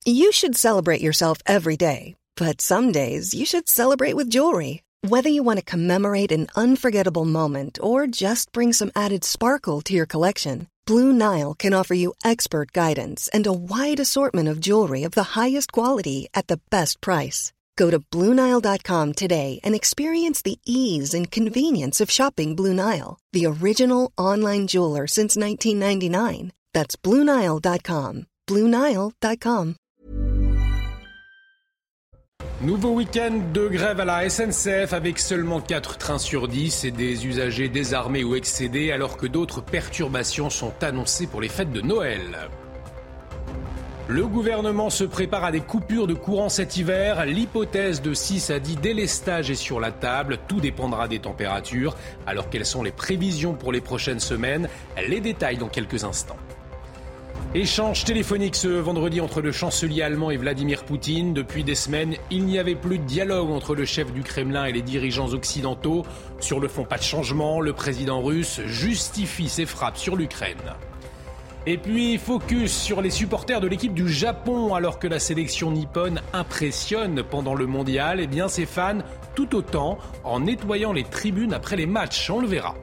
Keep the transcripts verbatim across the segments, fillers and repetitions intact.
You should celebrate yourself every day, but some days you should celebrate with jewelry. Whether you want to commemorate an unforgettable moment or just bring some added sparkle to your collection, Blue Nile can offer you expert guidance and a wide assortment of jewelry of the highest quality at the best price. Go to Blue Nile dot com today and experience the ease and convenience of shopping Blue Nile, the original online jeweler since nineteen ninety-nine. That's Blue Nile dot com. Blue Nile dot com. Nouveau week-end de grève à la S N C F avec seulement quatre trains sur dix et des usagers désarmés ou excédés alors que d'autres perturbations sont annoncées pour les fêtes de Noël. Le gouvernement se prépare à des coupures de courant cet hiver. L'hypothèse de six à dix délestages est sur la table. Tout dépendra des températures. Alors quelles sont les prévisions pour les prochaines semaines ? Les détails dans quelques instants. Échange téléphonique ce vendredi entre le chancelier allemand et Vladimir Poutine. Depuis des semaines, il n'y avait plus de dialogue entre le chef du Kremlin et les dirigeants occidentaux. Sur le fond, pas de changement. Le président russe justifie ses frappes sur l'Ukraine. Et puis, focus sur les supporters de l'équipe du Japon. Alors que la sélection nippone impressionne pendant le mondial, eh bien ses fans tout autant en nettoyant les tribunes après les matchs. On le verra.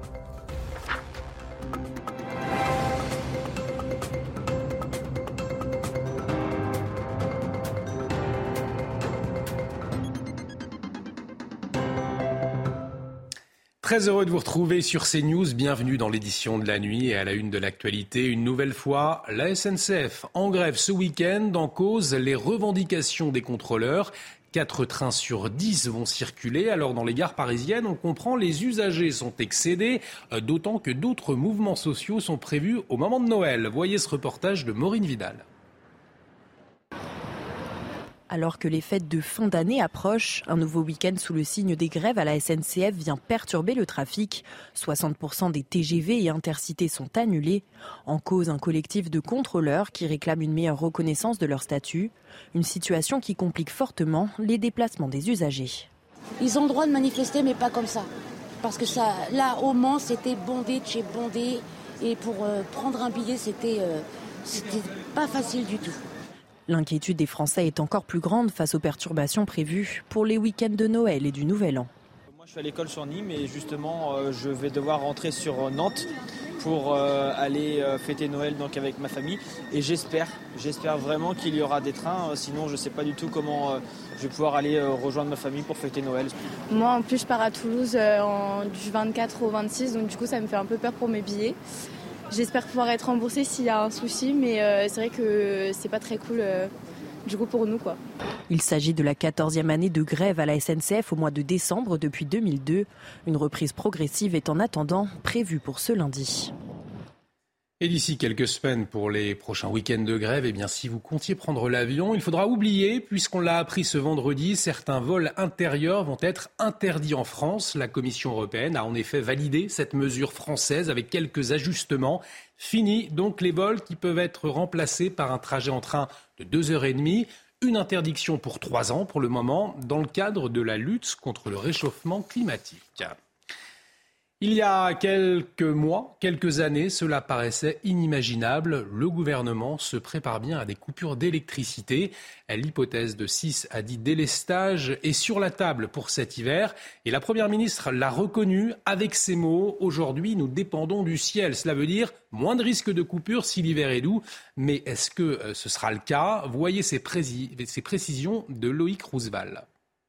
Très heureux de vous retrouver sur CNews. Bienvenue dans l'édition de la nuit et à la une de l'actualité. Une nouvelle fois, la S N C F en grève ce week-end. En cause, les revendications des contrôleurs. Quatre trains sur dix vont circuler. Alors dans les gares parisiennes, on comprend, les usagers sont excédés, d'autant que d'autres mouvements sociaux sont prévus au moment de Noël. Voyez ce reportage de Maureen Vidal. Alors que les fêtes de fin d'année approchent, un nouveau week-end sous le signe des grèves à la S N C F vient perturber le trafic. soixante pour cent des T G V et intercités sont annulés. En cause, un collectif de contrôleurs qui réclament une meilleure reconnaissance de leur statut. Une situation qui complique fortement les déplacements des usagers. Ils ont le droit de manifester, mais pas comme ça. Parce que ça, là, au Mans, c'était bondé de chez bondé. Et pour euh, prendre un billet, c'était, euh, c'était pas facile du tout. L'inquiétude des Français est encore plus grande face aux perturbations prévues pour les week-ends de Noël et du Nouvel An. Moi je suis à l'école sur Nîmes et justement euh, je vais devoir rentrer sur Nantes pour euh, aller euh, fêter Noël donc avec ma famille et j'espère, j'espère vraiment qu'il y aura des trains, euh, sinon je ne sais pas du tout comment euh, je vais pouvoir aller euh, rejoindre ma famille pour fêter Noël. Moi en plus je pars à Toulouse euh, en, du vingt-quatre au vingt-six, donc du coup ça me fait un peu peur pour mes billets. J'espère pouvoir être remboursée s'il y a un souci, mais euh, c'est vrai que c'est pas très cool euh, du coup pour nous, quoi. Il s'agit de la quatorzième année de grève à la S N C F au mois de décembre depuis deux mille deux. Une reprise progressive est en attendant prévue pour ce lundi. Et d'ici quelques semaines pour les prochains week-ends de grève, eh bien, si vous comptiez prendre l'avion, il faudra oublier, puisqu'on l'a appris ce vendredi, certains vols intérieurs vont être interdits en France. La Commission européenne a en effet validé cette mesure française avec quelques ajustements. Fini donc les vols qui peuvent être remplacés par un trajet en train de deux heures trente. Une interdiction pour trois ans pour le moment, dans le cadre de la lutte contre le réchauffement climatique. Il y a quelques mois, quelques années, cela paraissait inimaginable. Le gouvernement se prépare bien à des coupures d'électricité. L'hypothèse de six à dix délestages est sur la table pour cet hiver. Et la Première ministre l'a reconnu avec ces mots. Aujourd'hui, nous dépendons du ciel. Cela veut dire moins de risques de coupure si l'hiver est doux. Mais est-ce que ce sera le cas ? Voyez ces, prési- ces précisions de Loïc Roosevelt.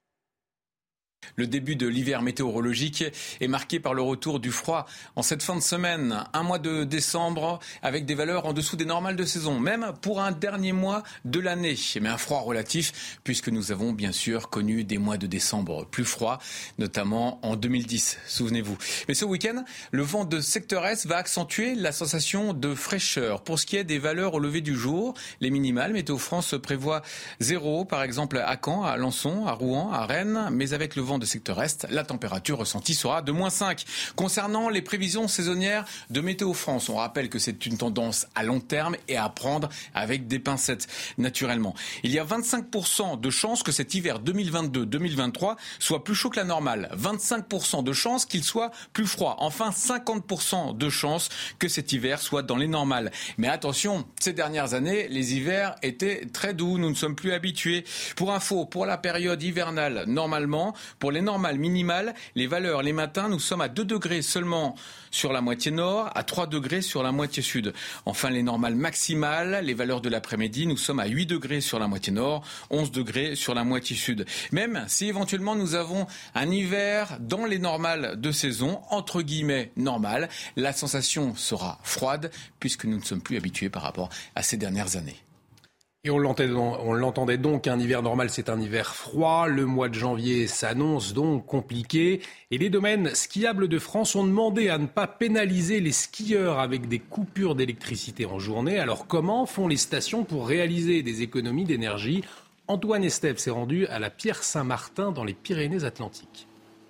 Le début de l'hiver météorologique est marqué par le retour du froid en cette fin de semaine. Un mois de décembre avec des valeurs en dessous des normales de saison, même pour un dernier mois de l'année. Mais un froid relatif puisque nous avons bien sûr connu des mois de décembre plus froids, notamment en deux mille dix, souvenez-vous. Mais ce week-end, le vent de secteur Est va accentuer la sensation de fraîcheur. Pour ce qui est des valeurs au lever du jour, les minimales, Météo France prévoit zéro, par exemple à Caen, à Alençon, à Rouen, à Rennes, mais avec le vent vent de secteur est, la température ressentie sera de moins cinq. Concernant les prévisions saisonnières de Météo France, on rappelle que c'est une tendance à long terme et à prendre avec des pincettes, naturellement. Il y a vingt-cinq pour cent de chances que cet hiver deux mille vingt-deux deux mille vingt-trois soit plus chaud que la normale. vingt-cinq pour cent de chances qu'il soit plus froid. Enfin, cinquante pour cent de chances que cet hiver soit dans les normales. Mais attention, ces dernières années, les hivers étaient très doux. Nous ne sommes plus habitués. Pour info, pour la période hivernale, normalement, pour les normales minimales, les valeurs les matins, nous sommes à deux degrés seulement sur la moitié nord, à trois degrés sur la moitié sud. Enfin, les normales maximales, les valeurs de l'après-midi, nous sommes à huit degrés sur la moitié nord, onze degrés sur la moitié sud. Même si éventuellement nous avons un hiver dans les normales de saison, entre guillemets normal, la sensation sera froide puisque nous ne sommes plus habitués par rapport à ces dernières années. Et on l'entendait, on l'entendait donc, un hiver normal, c'est un hiver froid. Le mois de janvier s'annonce donc compliqué. Et les domaines skiables de France ont demandé à ne pas pénaliser les skieurs avec des coupures d'électricité en journée. Alors comment font les stations pour réaliser des économies d'énergie ? Antoine Estève s'est rendu à la Pierre-Saint-Martin dans les Pyrénées-Atlantiques.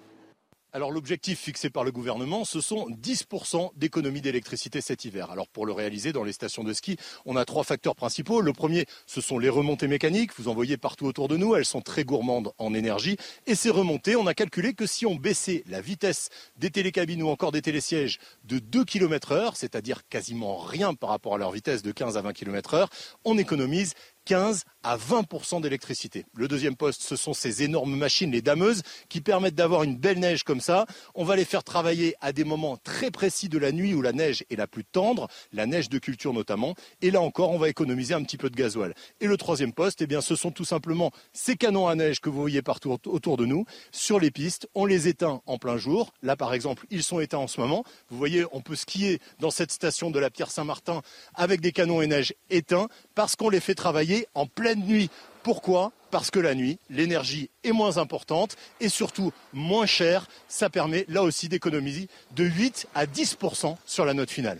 Alors l'objectif fixé par le gouvernement, ce sont dix pour cent d'économie d'électricité cet hiver. Alors pour le réaliser dans les stations de ski, on a trois facteurs principaux. Le premier, ce sont les remontées mécaniques. Vous en voyez partout autour de nous, elles sont très gourmandes en énergie. Et ces remontées, on a calculé que si on baissait la vitesse des télécabines ou encore des télésièges de deux kilomètres heure, c'est-à-dire quasiment rien par rapport à leur vitesse de quinze à vingt kilomètres heure, on économise quinze à vingt pour cent d'électricité. Le deuxième poste, ce sont ces énormes machines, les dameuses, qui permettent d'avoir une belle neige comme ça. On va les faire travailler à des moments très précis de la nuit où la neige est la plus tendre, la neige de culture notamment. Et là encore, on va économiser un petit peu de gasoil. Et le troisième poste, eh bien, ce sont tout simplement ces canons à neige que vous voyez partout autour de nous. Sur les pistes, on les éteint en plein jour. Là, par exemple, ils sont éteints en ce moment. Vous voyez, on peut skier dans cette station de la Pierre-Saint-Martin avec des canons à neige éteints parce qu'on les fait travailler en pleine nuit. Pourquoi ? Parce que la nuit, l'énergie est moins importante et surtout moins chère. Ça permet là aussi d'économiser de huit à dix pour cent sur la note finale.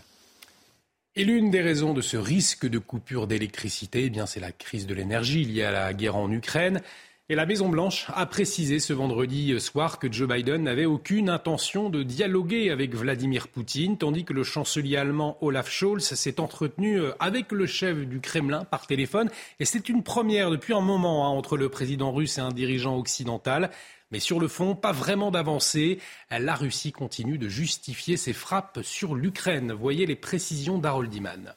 Et l'une des raisons de ce risque de coupure d'électricité, eh bien, c'est la crise de l'énergie liée à la guerre en Ukraine. Et la Maison-Blanche a précisé ce vendredi soir que Joe Biden n'avait aucune intention de dialoguer avec Vladimir Poutine, tandis que le chancelier allemand Olaf Scholz s'est entretenu avec le chef du Kremlin par téléphone. Et c'est une première depuis un moment hein, entre le président russe et un dirigeant occidental. Mais sur le fond, pas vraiment d'avancée. La Russie continue de justifier ses frappes sur l'Ukraine. Voyez les précisions d'Harold Iman.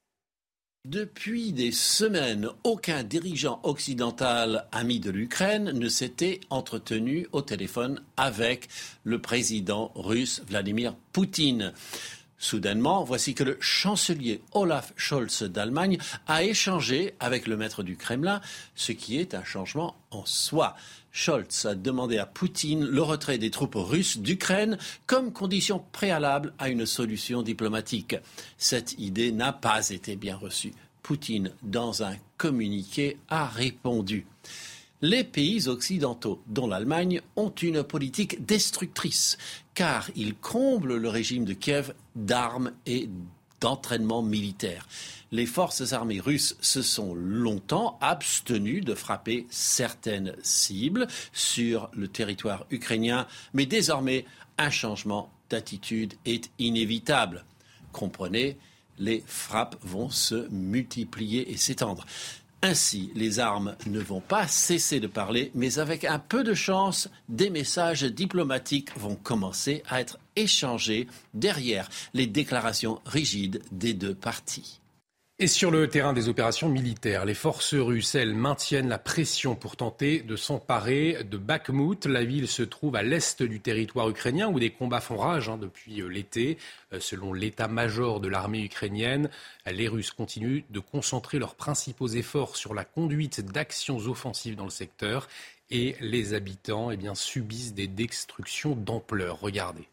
Depuis des semaines, aucun dirigeant occidental ami de l'Ukraine ne s'était entretenu au téléphone avec le président russe Vladimir Poutine. Soudainement, voici que le chancelier Olaf Scholz d'Allemagne a échangé avec le maître du Kremlin, ce qui est un changement en soi. Scholz a demandé à Poutine le retrait des troupes russes d'Ukraine comme condition préalable à une solution diplomatique. Cette idée n'a pas été bien reçue. Poutine, dans un communiqué, a répondu. Les pays occidentaux, dont l'Allemagne, ont une politique destructrice, car ils comblent le régime de Kiev d'armes et d'entraînement militaire. Les forces armées russes se sont longtemps abstenues de frapper certaines cibles sur le territoire ukrainien, mais désormais, un changement d'attitude est inévitable. Comprenez, les frappes vont se multiplier et s'étendre. Ainsi, les armes ne vont pas cesser de parler, mais avec un peu de chance, des messages diplomatiques vont commencer à être échangés derrière les déclarations rigides des deux parties. Et sur le terrain des opérations militaires, les forces russes, elles, maintiennent la pression pour tenter de s'emparer de Bakhmout. La ville se trouve à l'est du territoire ukrainien où des combats font rage hein, depuis l'été. Selon l'état-major de l'armée ukrainienne, les Russes continuent de concentrer leurs principaux efforts sur la conduite d'actions offensives dans le secteur. Et les habitants eh bien, subissent des destructions d'ampleur. Regardez.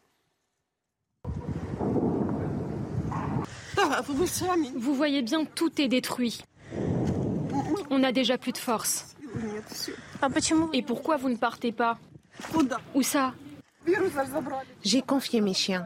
Vous voyez bien, tout est détruit. On n'a déjà plus de force. Et pourquoi vous ne partez pas ? Où ça ? J'ai confié mes chiens.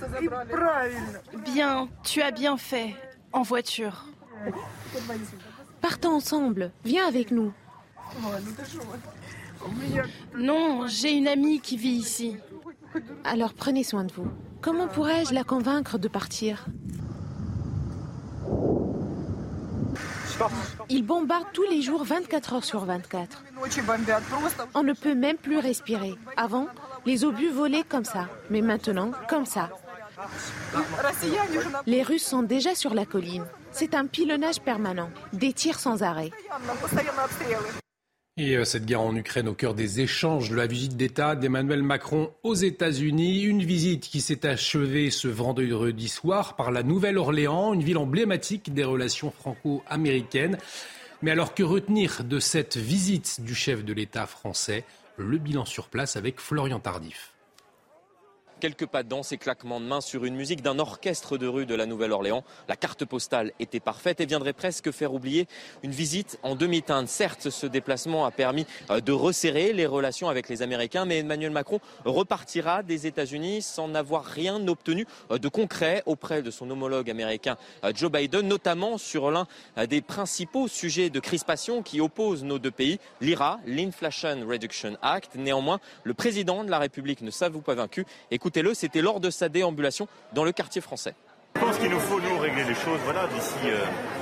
Bien, tu as bien fait. En voiture. Partons ensemble. Viens avec nous. Non, j'ai une amie qui vit ici. Alors prenez soin de vous. Comment pourrais-je la convaincre de partir? Ils bombardent tous les jours vingt-quatre heures sur vingt-quatre. On ne peut même plus respirer. Avant, les obus volaient comme ça, mais maintenant, comme ça. Les Russes sont déjà sur la colline. C'est un pilonnage permanent, des tirs sans arrêt. Et euh, cette guerre en Ukraine au cœur des échanges de la visite d'État d'Emmanuel Macron aux États-Unis. Une visite qui s'est achevée ce vendredi soir par la Nouvelle-Orléans, une ville emblématique des relations franco-américaines. Mais alors que retenir de cette visite du chef de l'État français? Le bilan sur place avec Florian Tardif. Quelques pas de danse et claquements de mains sur une musique d'un orchestre de rue de la Nouvelle-Orléans. La carte postale était parfaite et viendrait presque faire oublier une visite en demi-teinte. Certes, ce déplacement a permis de resserrer les relations avec les Américains, mais Emmanuel Macron repartira des États-Unis sans n'avoir rien obtenu de concret auprès de son homologue américain Joe Biden, notamment sur l'un des principaux sujets de crispation qui opposent nos deux pays, l'I R A, l'Inflation Reduction Act. Néanmoins, le président de la République ne s'avoue pas vaincu. Écoutez-le, c'était lors de sa déambulation dans le quartier français. Je pense qu'il nous faut, nous, régler les choses voilà, d'ici euh,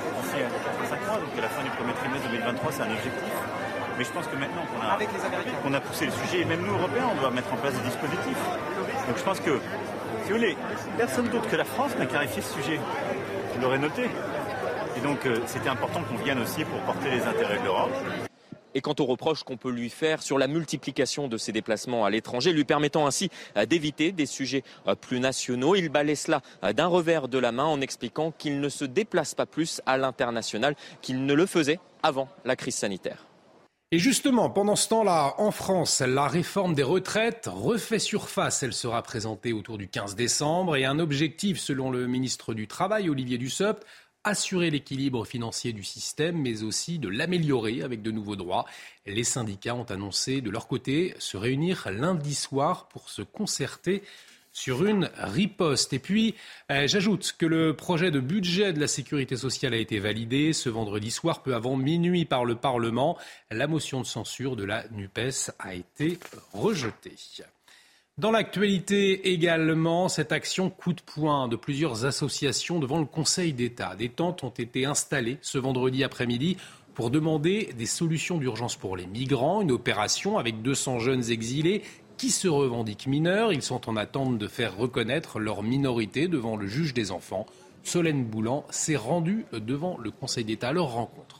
cinq mois, donc à la fin du premier trimestre deux mille vingt-trois, c'est un objectif. Mais je pense que maintenant qu'on a, qu'on a poussé le sujet, et même nous, Européens, on doit mettre en place des dispositifs. Donc je pense que, si vous voulez, personne d'autre que la France n'a clarifié ce sujet. Vous l'aurez noté. Et donc euh, c'était important qu'on vienne aussi pour porter les intérêts de l'Europe. Et quant aux reproches qu'on peut lui faire sur la multiplication de ses déplacements à l'étranger, lui permettant ainsi d'éviter des sujets plus nationaux, il balaie cela d'un revers de la main en expliquant qu'il ne se déplace pas plus à l'international qu'il ne le faisait avant la crise sanitaire. Et justement, pendant ce temps-là, en France, la réforme des retraites refait surface. Elle sera présentée autour du quinze décembre et un objectif, selon le ministre du Travail, Olivier Dussopt, assurer l'équilibre financier du système, mais aussi de l'améliorer avec de nouveaux droits. Les syndicats ont annoncé de leur côté se réunir lundi soir pour se concerter sur une riposte. Et puis, euh, j'ajoute que le projet de budget de la sécurité sociale a été validé ce vendredi soir, peu avant minuit par le Parlement. La motion de censure de la NUPES a été rejetée. Dans l'actualité également, cette action coup de poing de plusieurs associations devant le Conseil d'État. Des tentes ont été installées ce vendredi après-midi pour demander des solutions d'urgence pour les migrants. Une opération avec deux cents jeunes exilés qui se revendiquent mineurs. Ils sont en attente de faire reconnaître leur minorité devant le juge des enfants. Solène Boulan s'est rendue devant le Conseil d'État à leur rencontre.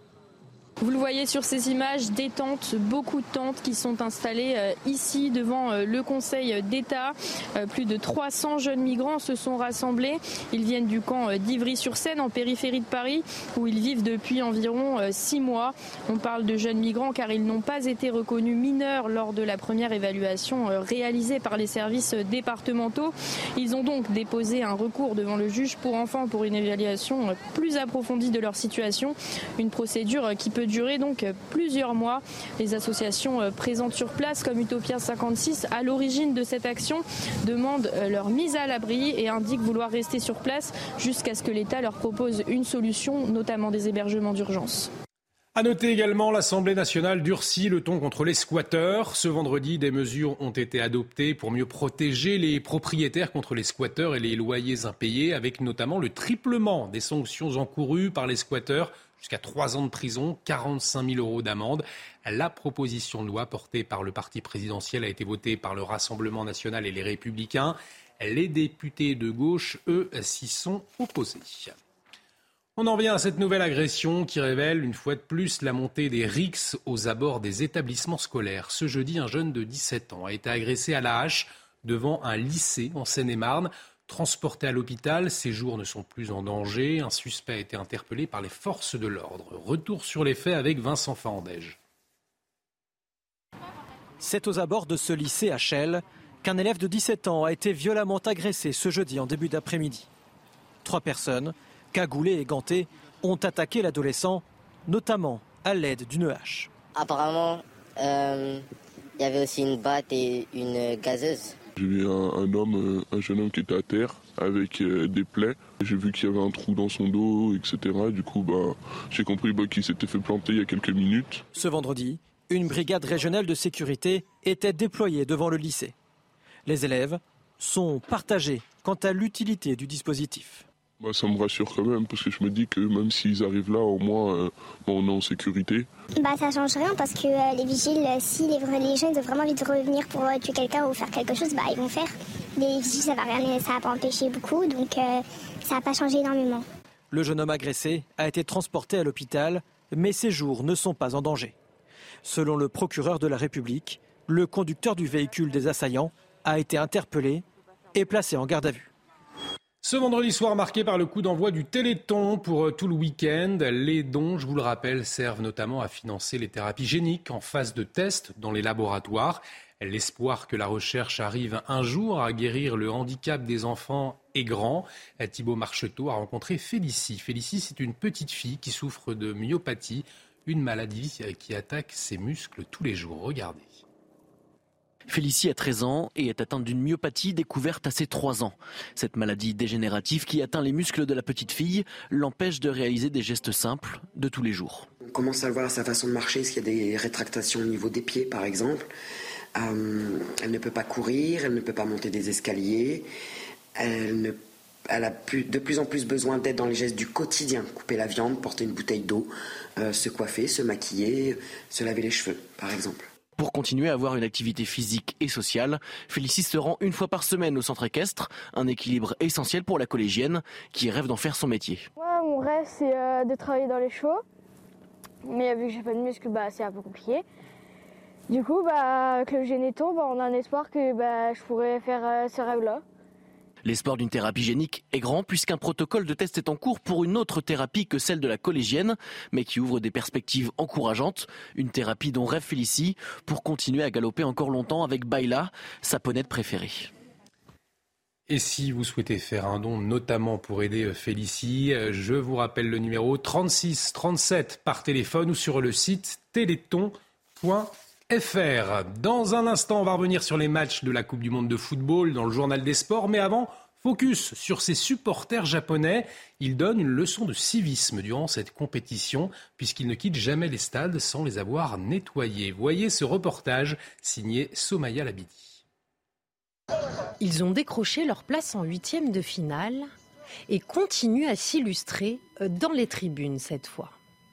Vous le voyez sur ces images, des tentes, beaucoup de tentes qui sont installées euh, ici devant euh, le Conseil d'État. Euh, plus de trois cents jeunes migrants se sont rassemblés. Ils viennent du camp euh, d'Ivry-sur-Seine en périphérie de Paris où ils vivent depuis environ euh, six mois. On parle de jeunes migrants car ils n'ont pas été reconnus mineurs lors de la première évaluation euh, réalisée par les services euh, départementaux. Ils ont donc déposé un recours devant le juge pour enfants pour une évaluation euh, plus approfondie de leur situation. Une procédure euh, qui peut durer donc plusieurs mois. Les associations présentes sur place comme Utopia cinquante-six à l'origine de cette action demandent leur mise à l'abri et indiquent vouloir rester sur place jusqu'à ce que l'État leur propose une solution, notamment des hébergements d'urgence. À noter également, l'Assemblée nationale durcit le ton contre les squatteurs. Ce vendredi, des mesures ont été adoptées pour mieux protéger les propriétaires contre les squatteurs et les loyers impayés, avec notamment le triplement des sanctions encourues par les squatteurs, jusqu'à trois ans de prison, quarante-cinq mille euros d'amende. La proposition de loi portée par le parti présidentiel a été votée par le Rassemblement national et les Républicains. Les députés de gauche, eux, s'y sont opposés. On en vient à cette nouvelle agression qui révèle une fois de plus la montée des rixes aux abords des établissements scolaires. Ce jeudi, un jeune de dix-sept ans a été agressé à la hache devant un lycée en Seine-et-Marne. Transporté à l'hôpital, ses jours ne sont plus en danger. Un suspect a été interpellé par les forces de l'ordre. Retour sur les faits avec Vincent Fandège. C'est aux abords de ce lycée à Chelles qu'un élève de dix-sept ans a été violemment agressé ce jeudi en début d'après-midi. Trois personnes, cagoulées et gantées, ont attaqué l'adolescent, notamment à l'aide d'une hache. Apparemment, il euh, y avait aussi une batte et une gazeuse. J'ai vu un, un homme, un jeune homme qui était à terre avec euh, des plaies. J'ai vu qu'il y avait un trou dans son dos, et cetera. Du coup, bah, j'ai compris bah, qu'il s'était fait planter il y a quelques minutes. Ce vendredi, Une brigade régionale de sécurité était déployée devant le lycée. Les élèves sont partagés quant à l'utilité du dispositif. Bah, ça me rassure quand même parce que je me dis que même s'ils arrivent là, au moins euh, bon, on est en sécurité. Bah, ça change rien parce que euh, les vigiles, euh, si les, les jeunes ont vraiment envie de revenir pour euh, tuer quelqu'un ou faire quelque chose, bah, ils vont faire. Les vigiles, ça va rien, ça va pas empêcher beaucoup, donc euh, ça va pas changer énormément. Le jeune homme agressé a été transporté à l'hôpital, mais ses jours ne sont pas en danger. Selon le procureur de la République, le conducteur du véhicule des assaillants a été interpellé et placé en garde à vue. Ce vendredi soir marqué par le coup d'envoi du Téléthon pour tout le week-end. Les dons, je vous le rappelle, servent notamment à financer les thérapies géniques en phase de test dans les laboratoires. L'espoir que la recherche arrive un jour à guérir le handicap des enfants est grand. Thibaut Marcheteau a rencontré Félicie. Félicie, c'est une petite fille qui souffre de myopathie, une maladie qui attaque ses muscles tous les jours. Regardez. Félicie a treize ans et est atteinte d'une myopathie découverte à ses trois ans. Cette maladie dégénérative qui atteint les muscles de la petite fille l'empêche de réaliser des gestes simples de tous les jours. On commence à le voir à sa façon de marcher, est-ce qu'il y a des rétractations au niveau des pieds par exemple. Euh, elle ne peut pas courir, elle ne peut pas monter des escaliers, elle, ne, elle a plus, de plus en plus besoin d'aide dans les gestes du quotidien, couper la viande, porter une bouteille d'eau, euh, se coiffer, se maquiller, se laver les cheveux par exemple. Pour continuer à avoir une activité physique et sociale, Félicie se rend une fois par semaine au centre équestre, un équilibre essentiel pour la collégienne qui rêve d'en faire son métier. Moi, mon rêve, c'est euh, de travailler dans les chevaux, mais vu que j'ai pas de muscles, bah, c'est un peu compliqué. Du coup, bah, avec le Généton, bah, on a un espoir que bah, je pourrais faire euh, ce rêve-là. L'espoir d'une thérapie génique est grand puisqu'un protocole de test est en cours pour une autre thérapie que celle de la collégienne, mais qui ouvre des perspectives encourageantes. Une thérapie dont rêve Félicie pour continuer à galoper encore longtemps avec Baila, sa ponette préférée. Et si vous souhaitez faire un don, notamment pour aider Félicie, je vous rappelle le numéro trente-six trente-sept par téléphone ou sur le site téléthon point F R. Dans un instant, on va revenir sur les matchs de la Coupe du Monde de football dans le journal des sports. Mais avant, focus sur ces supporters japonais. Ils donnent une leçon de civisme durant cette compétition puisqu'ils ne quittent jamais les stades sans les avoir nettoyés. Voyez ce reportage signé Somaya Labidi. Ils ont décroché leur place en huitième de finale et continuent à s'illustrer dans les tribunes cette fois.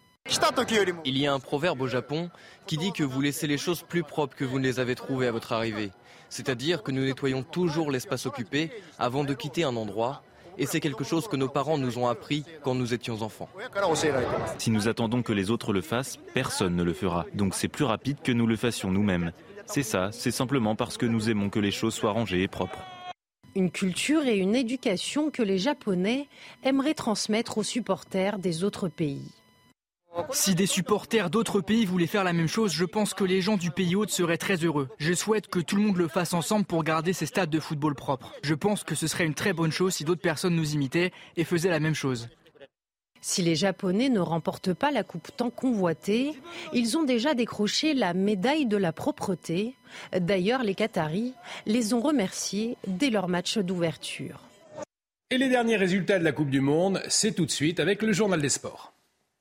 Il y a un proverbe au Japon qui dit que vous laissez les choses plus propres que vous ne les avez trouvées à votre arrivée. C'est-à-dire que nous nettoyons toujours l'espace occupé avant de quitter un endroit. Et c'est quelque chose que nos parents nous ont appris quand nous étions enfants. Si nous attendons que les autres le fassent, personne ne le fera. Donc c'est plus rapide que nous le fassions nous-mêmes. C'est ça, c'est simplement parce que nous aimons que les choses soient rangées et propres. Une culture et une éducation que les Japonais aimeraient transmettre aux supporters des autres pays. Si des supporters d'autres pays voulaient faire la même chose, je pense que les gens du pays hôte seraient très heureux. Je souhaite que tout le monde le fasse ensemble pour garder ces stades de football propres. Je pense que ce serait une très bonne chose si d'autres personnes nous imitaient et faisaient la même chose. Si les Japonais ne remportent pas la coupe tant convoitée, ils ont déjà décroché la médaille de la propreté. D'ailleurs, les Qataris les ont remerciés dès leur match d'ouverture. Et les derniers résultats de la Coupe du Monde, c'est tout de suite avec le journal des sports.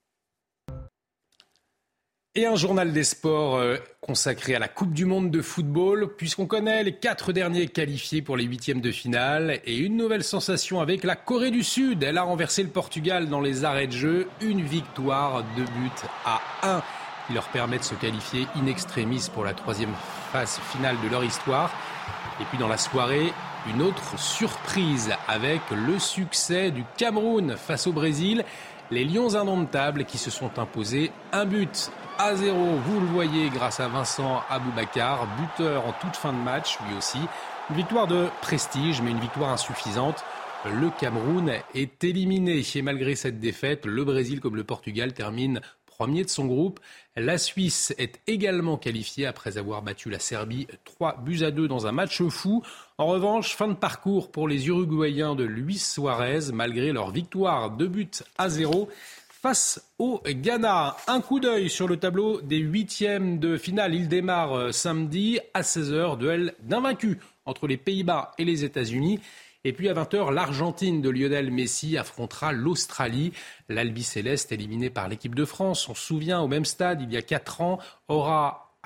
Et un journal des sports euh, consacré à la Coupe du Monde de football, puisqu'on connaît les quatre derniers qualifiés pour les huitièmes de finale. Et une nouvelle sensation avec la Corée du Sud. Elle a renversé le Portugal dans les arrêts de jeu. Une victoire, deux buts à un, qui leur permet de se qualifier in extremis pour la troisième phase finale de leur histoire. Et puis dans la soirée, une autre surprise avec le succès du Cameroun face au Brésil. Les Lions indomptables qui se sont imposés un but à zéro, vous le voyez, grâce à Vincent Aboubakar, buteur en toute fin de match, lui aussi. Une victoire de prestige, mais une victoire insuffisante. Le Cameroun est éliminé. Et malgré cette défaite, le Brésil, comme le Portugal, termine premier de son groupe. La Suisse est également qualifiée après avoir battu la Serbie trois buts à deux dans un match fou. En revanche, fin de parcours pour les Uruguayens de Luis Suarez, malgré leur victoire deux buts à zéro face au Ghana. Un coup d'œil sur le tableau des huitièmes de finale. Il démarre samedi à seize heures, duel d'invaincus entre les Pays-Bas et les États-Unis. Et puis à vingt heures, l'Argentine de Lionel Messi affrontera l'Australie. L'Albi Céleste, éliminée par l'équipe de France, on se souvient, au même stade, il y a quatre ans, aura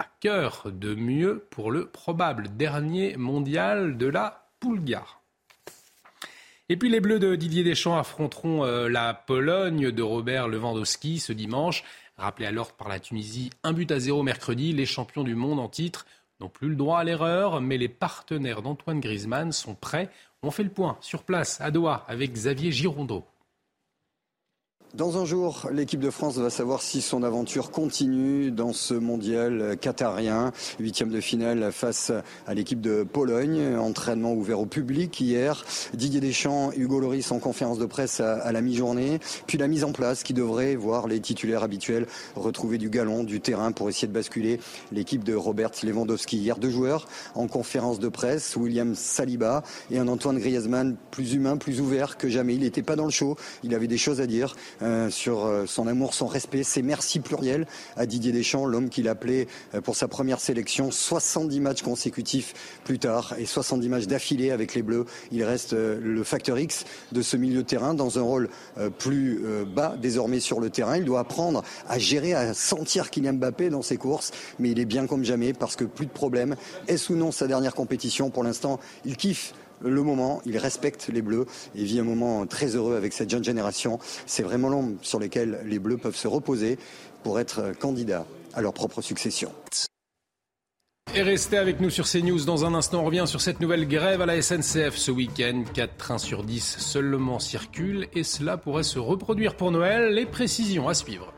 à cœur de mieux pour le probable dernier mondial de la Poulgare. Et puis les Bleus de Didier Deschamps affronteront euh, la Pologne de Robert Lewandowski ce dimanche. Rappelé à l'ordre par la Tunisie, un but à zéro mercredi, les champions du monde en titre n'ont plus le droit à l'erreur, mais les partenaires d'Antoine Griezmann sont prêts. On fait le point sur place à Doha avec Xavier Girondeau. Dans un jour, l'équipe de France va savoir si son aventure continue dans ce mondial qatarien. Huitième de finale face à l'équipe de Pologne. Entraînement ouvert au public hier. Didier Deschamps, Hugo Lloris en conférence de presse à, à la mi-journée. Puis la mise en place qui devrait voir les titulaires habituels retrouver du galon, du terrain pour essayer de basculer l'équipe de Robert Lewandowski. Hier, deux joueurs en conférence de presse. William Saliba et un Antoine Griezmann plus humain, plus ouvert que jamais. Il n'était pas dans le show. Il avait des choses à dire. Euh, sur euh, son amour, son respect, ses merci pluriels à Didier Deschamps, l'homme qu'il appelait euh, pour sa première sélection. soixante-dix matchs consécutifs plus tard et soixante-dix matchs d'affilée avec les Bleus. Il reste euh, le facteur X de ce milieu de terrain dans un rôle euh, plus euh, bas désormais sur le terrain. Il doit apprendre à gérer, à sentir Kylian Mbappé dans ses courses, mais il est bien comme jamais parce que plus de problèmes. Est-ce ou non sa dernière compétition? Pour l'instant, il kiffe le moment, il respecte les Bleus et vit un moment très heureux avec cette jeune génération. C'est vraiment l'homme sur lequel les Bleus peuvent se reposer pour être candidats à leur propre succession. Et restez avec nous sur CNews. Dans un instant, on revient sur cette nouvelle grève à la S N C F ce week-end. quatre trains sur dix seulement circulent et cela pourrait se reproduire pour Noël. Les précisions à suivre.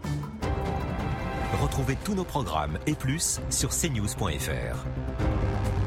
Retrouvez tous nos programmes et plus sur c news point f r.